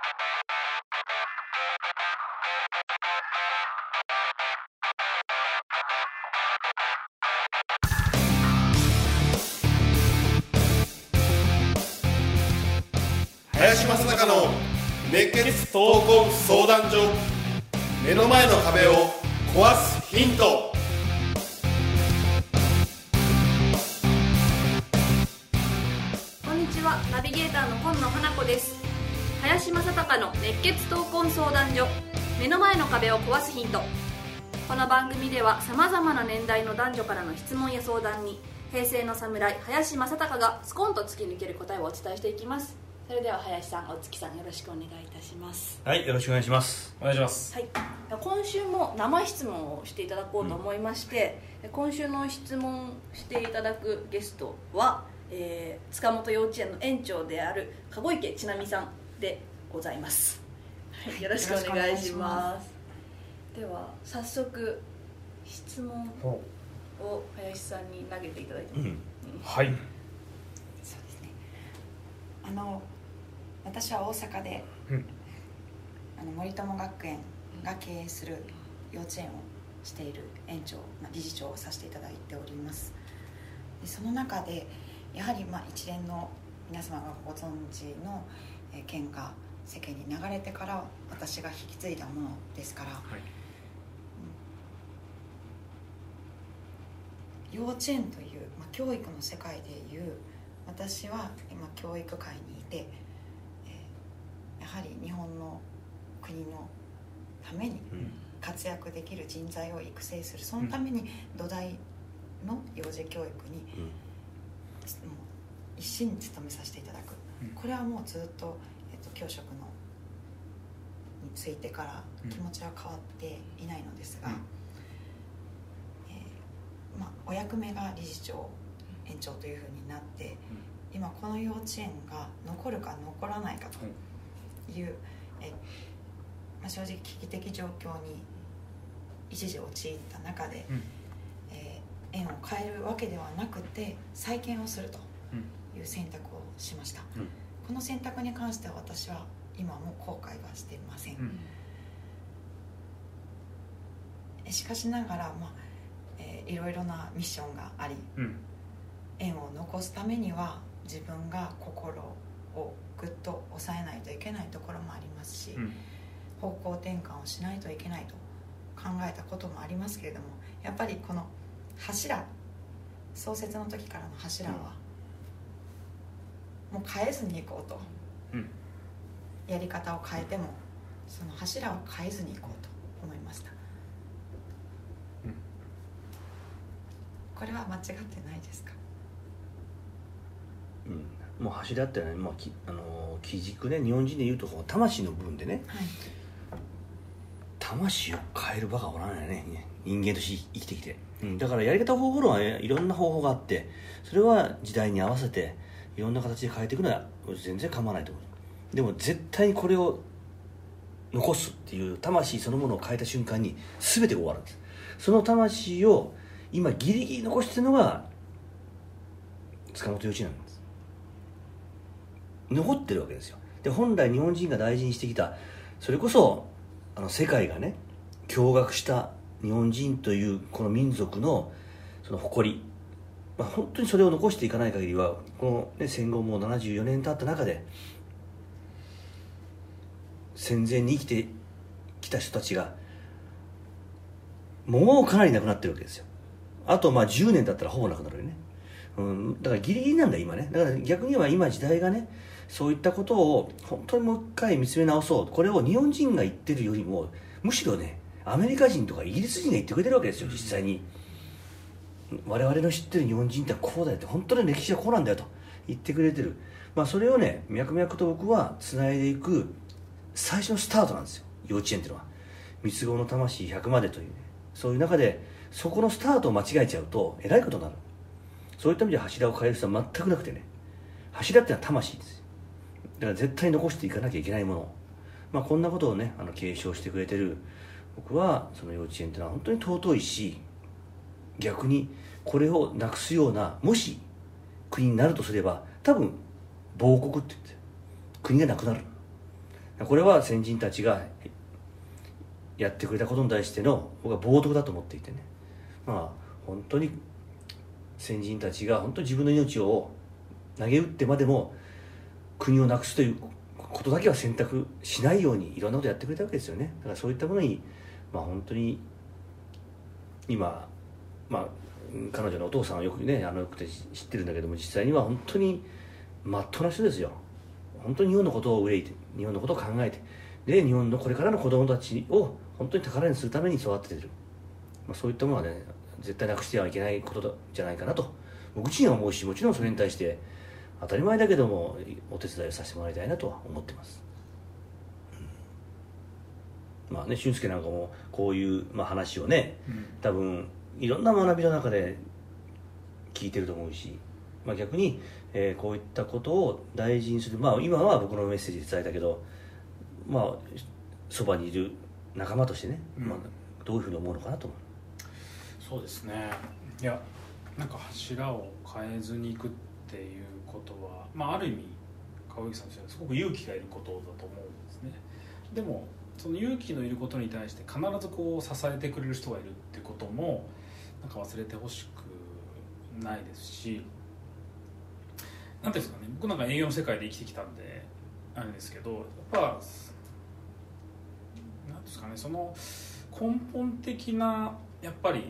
林正孝の熱血闘魂相談所。目の前の壁を壊すヒント。 こんにちは、ナビゲーターの今野花子です。林正孝の熱血闘魂相談所、目の前の壁を壊すヒント。この番組ではさまざまな年代の男女からの質問や相談に、平成の侍林正孝がスコンと突き抜ける答えをお伝えしていきます。それでは林さん、お月さん、よろしくお願いいたします。 はい、よろしくお願いします。 お願いします。 はい、今週も生質問をしていただこうと思いまして、今週の質問していただくゲストは、塚本幼稚園の園長である籠池千奈美さんでございます。はい、よろしくお願いします。では早速質問を林さんに投げていただいても、 はい。 そうですね。私は大阪で、森友学園が経営する幼稚園をしている園長、理事長をさせていただいております。でその中でやはり一連の皆様がご存知の件が世間に流れてから私が引き継いだものですから、幼稚園という、教育の世界でいう、私は今教育界にいて、やはり日本の国のために活躍できる人材を育成する、そのために土台の幼児教育に、もう一心に努めさせていただく、これはもうずっと、教職のについてから気持ちは変わっていないのですが、お役目が理事長、園長というふうになって、今この幼稚園が残るか残らないかという、正直危機的状況に一時陥った中で、園を変えるわけではなくて再建をするという選択をしました。この選択に関しては私は今も後悔はしていません。しかしながら、いろいろなミッションがあり、園を残すためには自分が心をぐっと抑えないといけないところもありますし、方向転換をしないといけないと考えたこともありますけれども、やっぱりこの柱、創設の時からの柱はもう変えずにいこうと、やり方を変えてもその柱を変えずにいこうと思いました。これは間違ってないですか？ もう柱ってね、基軸ね、日本人でいうと魂の部分でね、魂を変える場がおらないね、人間として生きてきて、だからやり方方法論はいろんな方法があって、それは時代に合わせていろんな形で変えていくのは全然構わないと思う。でも絶対にこれを残すっていう魂そのものを変えた瞬間に全てが終わるんです。その魂を今ギリギリ残しているのが塚本幼稚園なんです。残ってるわけですよ。で、本来日本人が大事にしてきた、それこそ世界がね驚愕した日本人というこの民族のその誇り、本当にそれを残していかない限りはこの、戦後もう74年経った中で戦前に生きてきた人たちがもうかなりなくなってるわけですよ。あと10年だったらほぼなくなるよね。だからギリギリなんだ今ね。だから逆には今時代がね、そういったことを本当にもう一回見つめ直そう。これを日本人が言ってるよりもむしろね、アメリカ人とかイギリス人が言ってくれてるわけですよ。実際に我々の知ってる日本人ってこうだよって、本当に歴史はこうなんだよと言ってくれてる。それをね、脈々と僕はつないでいく最初のスタートなんですよ、幼稚園っていうのは。三つ子の魂100までというね、そういう中でそこのスタートを間違えちゃうとえらいことになる。そういった意味で柱を変える必要は全くなくてね、柱ってのは魂ですよ。だから絶対残していかなきゃいけないもの、こんなことをね継承してくれてる僕は、その幼稚園っていうのは本当に尊いし、逆にこれをなくすようなもし国になるとすれば、多分亡国って言って国がなくなる。 これは先人たちがやってくれたことに対しての僕は冒涜だと思っていてね、まあ本当に先人たちが本当に自分の命を投げ打ってまでも国をなくすということだけは選択しないようにいろんなことやってくれたわけですよね。だからそういったものに、まあ、本当に今、まあ、彼女のお父さんはよくねよくて知ってるんだけども、実際には本当にまっとうな人ですよ。本当に日本のことを憂いて、日本のことを考えて、で日本のこれからの子供たちを本当に宝にするために育てている、まあ、そういったものはね絶対なくしてはいけないことじゃないかなと僕自身は思うし、もちろんそれに対して当たり前だけどもお手伝いをさせてもらいたいなとは思ってます、まあね、俊介なんかもこういう、まあ、話をね、多分いろんな学びの中で聞いてると思うし、まあ、逆に、こういったことを大事にする、まあ、今は僕のメッセージで伝えたけど、まあそばにいる仲間としてね、まあ、どういうふうに思うのかなと思う。 そうですね。いやなんか柱を変えずにいくっていうことは、まあ、ある意味川口さんとしてはすごく勇気がいることだと思うんですね。でもその勇気のいることに対して必ずこう支えてくれる人がいるっていうこともなんか忘れてほしくないですし、なんていうんですかね、僕なんか営業の世界で生きてきたんであれですけど、やっぱなんですかね、その根本的なやっぱり、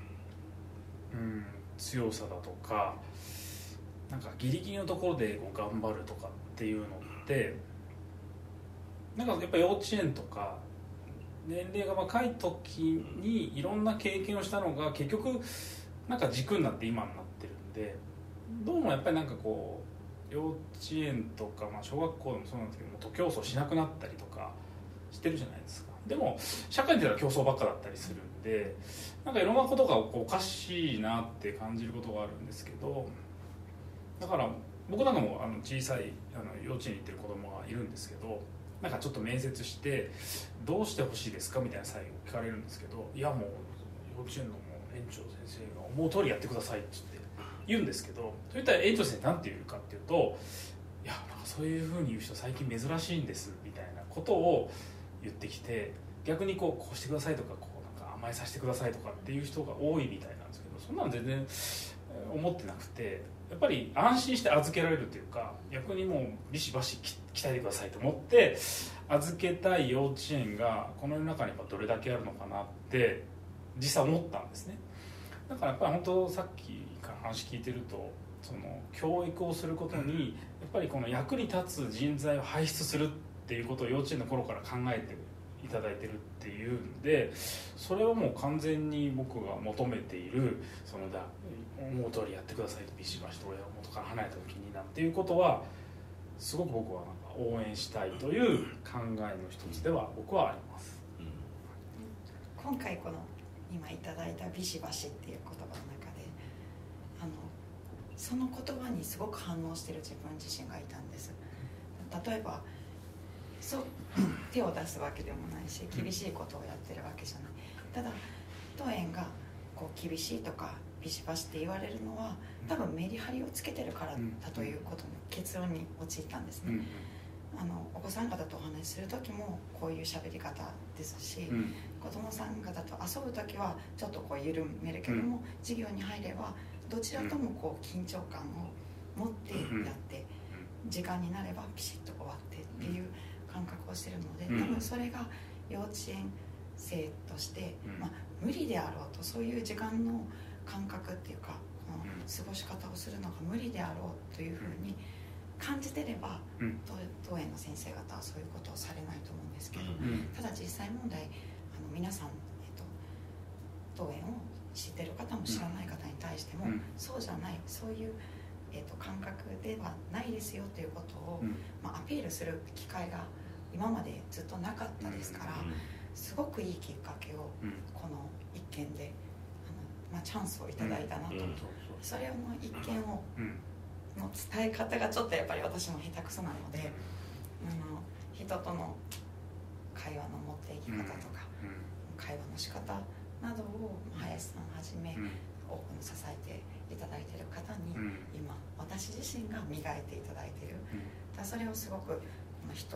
強さだとか、なんかギリギリのところでこう頑張るとかっていうのってなんかやっぱ幼稚園とか年齢が若い時にいろんな経験をしたのが結局なんか軸になって今になってるんで、どうもやっぱりなんかこう幼稚園とか、まあ、小学校でもそうなんですけども徒競走しなくなったりとかしてるじゃないですか。でも社会に出たら競争ばっかだったりするんで、なんかいろんなことがこうおかしいなって感じることがあるんですけど、だから僕なんかも小さい幼稚園に行ってる子供がいるんですけど、なんかちょっと面接してどうしてほしいですかみたいな最後聞かれるんですけど、いやもう幼稚園のもう園長先生が思う通りやってくださいって言うんですけど、そういったら園長先生なんて言うかっていうと、いやなんかそういうふうに言う人最近珍しいんですみたいなことを言ってきて、逆にこうしてくださいとかこうなんか甘えさせてくださいとかっていう人が多いみたいなんですけど、そんなの全然思ってなくて、やっぱり安心して預けられるというか、逆にもうビシバシ鍛えてくださいと思って預けたい幼稚園がこの世の中にどれだけあるのかなって実際思ったんですね。だからやっぱり本当さっきから話聞いてると、その教育をすることにやっぱりこの役に立つ人材を輩出するっていうことを幼稚園の頃から考えていただいてるっていうんで、それはもう完全に僕が求めているその思う通りやってくださいとビシバシと親元から離れた時になんていうことはすごく僕はなんか応援したいという考えの一つでは僕はあります、 今回この今いただいたビシバシっていう言葉の中でその言葉にすごく反応している自分自身がいたんです。例えばそう手を出すわけでもないし厳しいことをやってるわけじゃない。ただ当園がこう厳しいとかビシバシって言われるのは多分メリハリをつけてるからだということの結論に陥ったんですね。お子さん方とお話しする時もこういう喋り方ですし、子供さん方と遊ぶ時はちょっとこう緩めるけども、授業に入ればどちらともこう緊張感を持ってやって、時間になればピシッと終わってっていう感覚をしてるので、多分それが幼稚園生として、無理であろうと、そういう時間の感覚っていうかこの過ごし方をするのが無理であろうというふうに感じてれば、当園の先生方はそういうことをされないと思うんですけど、ただ実際問題皆さん、当園を知ってる方も知らない方に対しても、そうじゃない、そういう、感覚ではないですよということを、アピールする機会が今までずっとなかったですから、すごくいいきっかけをこの一件でチャンスをいただいたなと、それの一件をの伝え方がちょっとやっぱり私も下手くそなので、人との会話の持っていき方とか、会話の仕方などを林さんはじめ多くの支えていただいている方に、今私自身が磨いていただいている、それをすごくこの人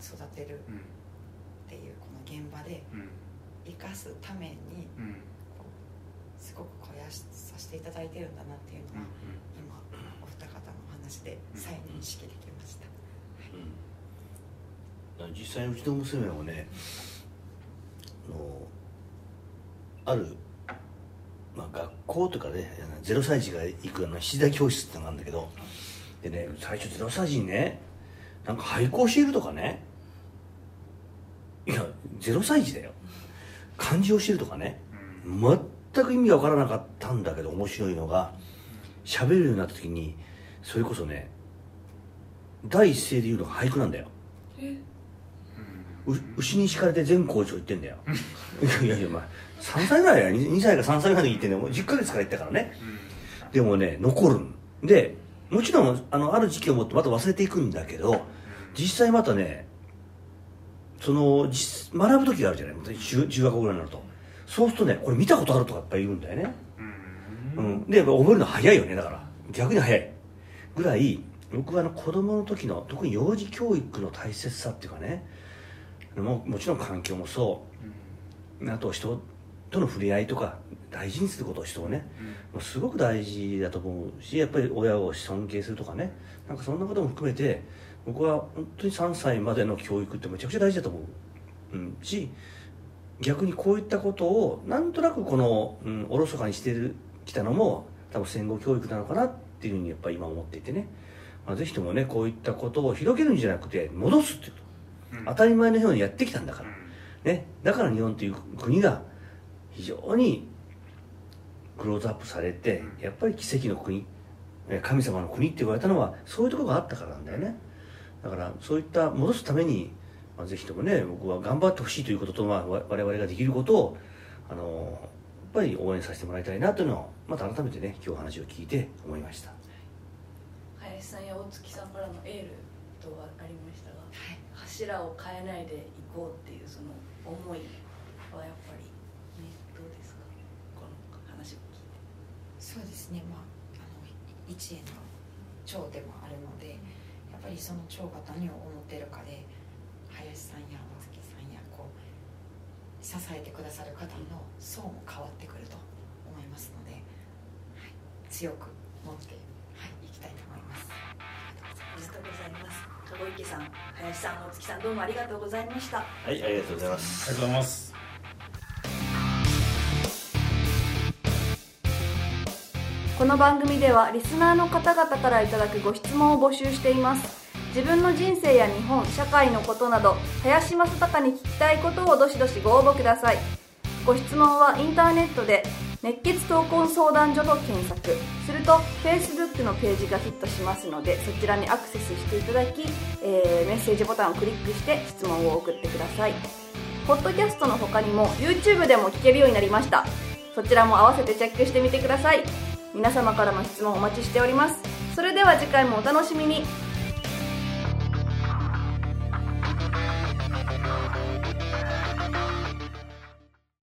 育てるっていうこの現場で生かすためにすごく肥やさせていただいてるんだなっていうのは今お二方のお話で再認識できました。 実際にうちの娘もねある、学校とかね0歳児が行く七大教室ってのがあるんだけど、でね最初0歳児にねなんか俳句を教えるとかね、いや0歳児だよ、漢字を教えるとかね、全く意味が分からなかったんだけど、面白いのが喋るようになった時にそれこそね第一声で言うのが俳句なんだよ。牛に敷かれて善光寺を言ってんだよいや3歳ぐらいや2歳か3歳ぐらいで言ってんだよ。もう10ヶ月から言ったからね。でもね残るんで、もちろんある時期をもってまた忘れていくんだけど、実際またね学ぶ時があるじゃない、中学校ぐらいになると。そうするとねこれ見たことあるとかやっぱり言うんだよね。でやっぱ覚えるの早いよね。だから逆に早いぐらい僕は子供の時の特に幼児教育の大切さっていうかね、もちろん環境もそう、あと人との触れ合いとか大事にすること、人をね、すごく大事だと思うし、やっぱり親を尊敬するとかね、なんかそんなことも含めて僕は本当に3歳までの教育ってめちゃくちゃ大事だと思う、し逆にこういったことをなんとなくおろそかにしてきたのも多分戦後教育なのかなっていうふうにやっぱり今思っていてね、ぜひともねこういったことを広げるんじゃなくて戻すっていうこと、当たり前のようにやってきたんだから、ね、だから日本という国が非常にクローズアップされて、やっぱり奇跡の国、神様の国って言われたのはそういうところがあったからなんだよね。だからそういった戻すために、ぜひともね僕は頑張ってほしいということと、我々ができることをやっぱり応援させてもらいたいなというのをまた改めてね今日話を聞いて思いました。 林さんや大月さんからのエールとはありましたが、柱を変えないでいこうっていうその思いはやっぱり、ね、どうですか、この話を聞いて。 そうですね、一円の長でもあるので、やっぱりその長が何を思っているかで林さんや大月さんや支えてくださる方の層も変わってくると思いますので、強く持っていきたいと思います。 ありがとうございます。籠池さん、林さん、大月さん、どうもありがとうございました。 はい、ありがとうございます。 ありがとうございます。 この番組ではリスナーの方々からいただくご質問を募集しています。自分の人生や日本、社会のことなど林正孝に聞きたいことをどしどしご応募ください。ご質問はインターネットで熱血闘魂相談所と検索すると Facebook のページがヒットしますので、そちらにアクセスしていただき、メッセージボタンをクリックして質問を送ってください。ポッドキャストの他にも YouTube でも聞けるようになりました。そちらも合わせてチェックしてみてください。皆様からの質問お待ちしております。それでは次回もお楽しみに。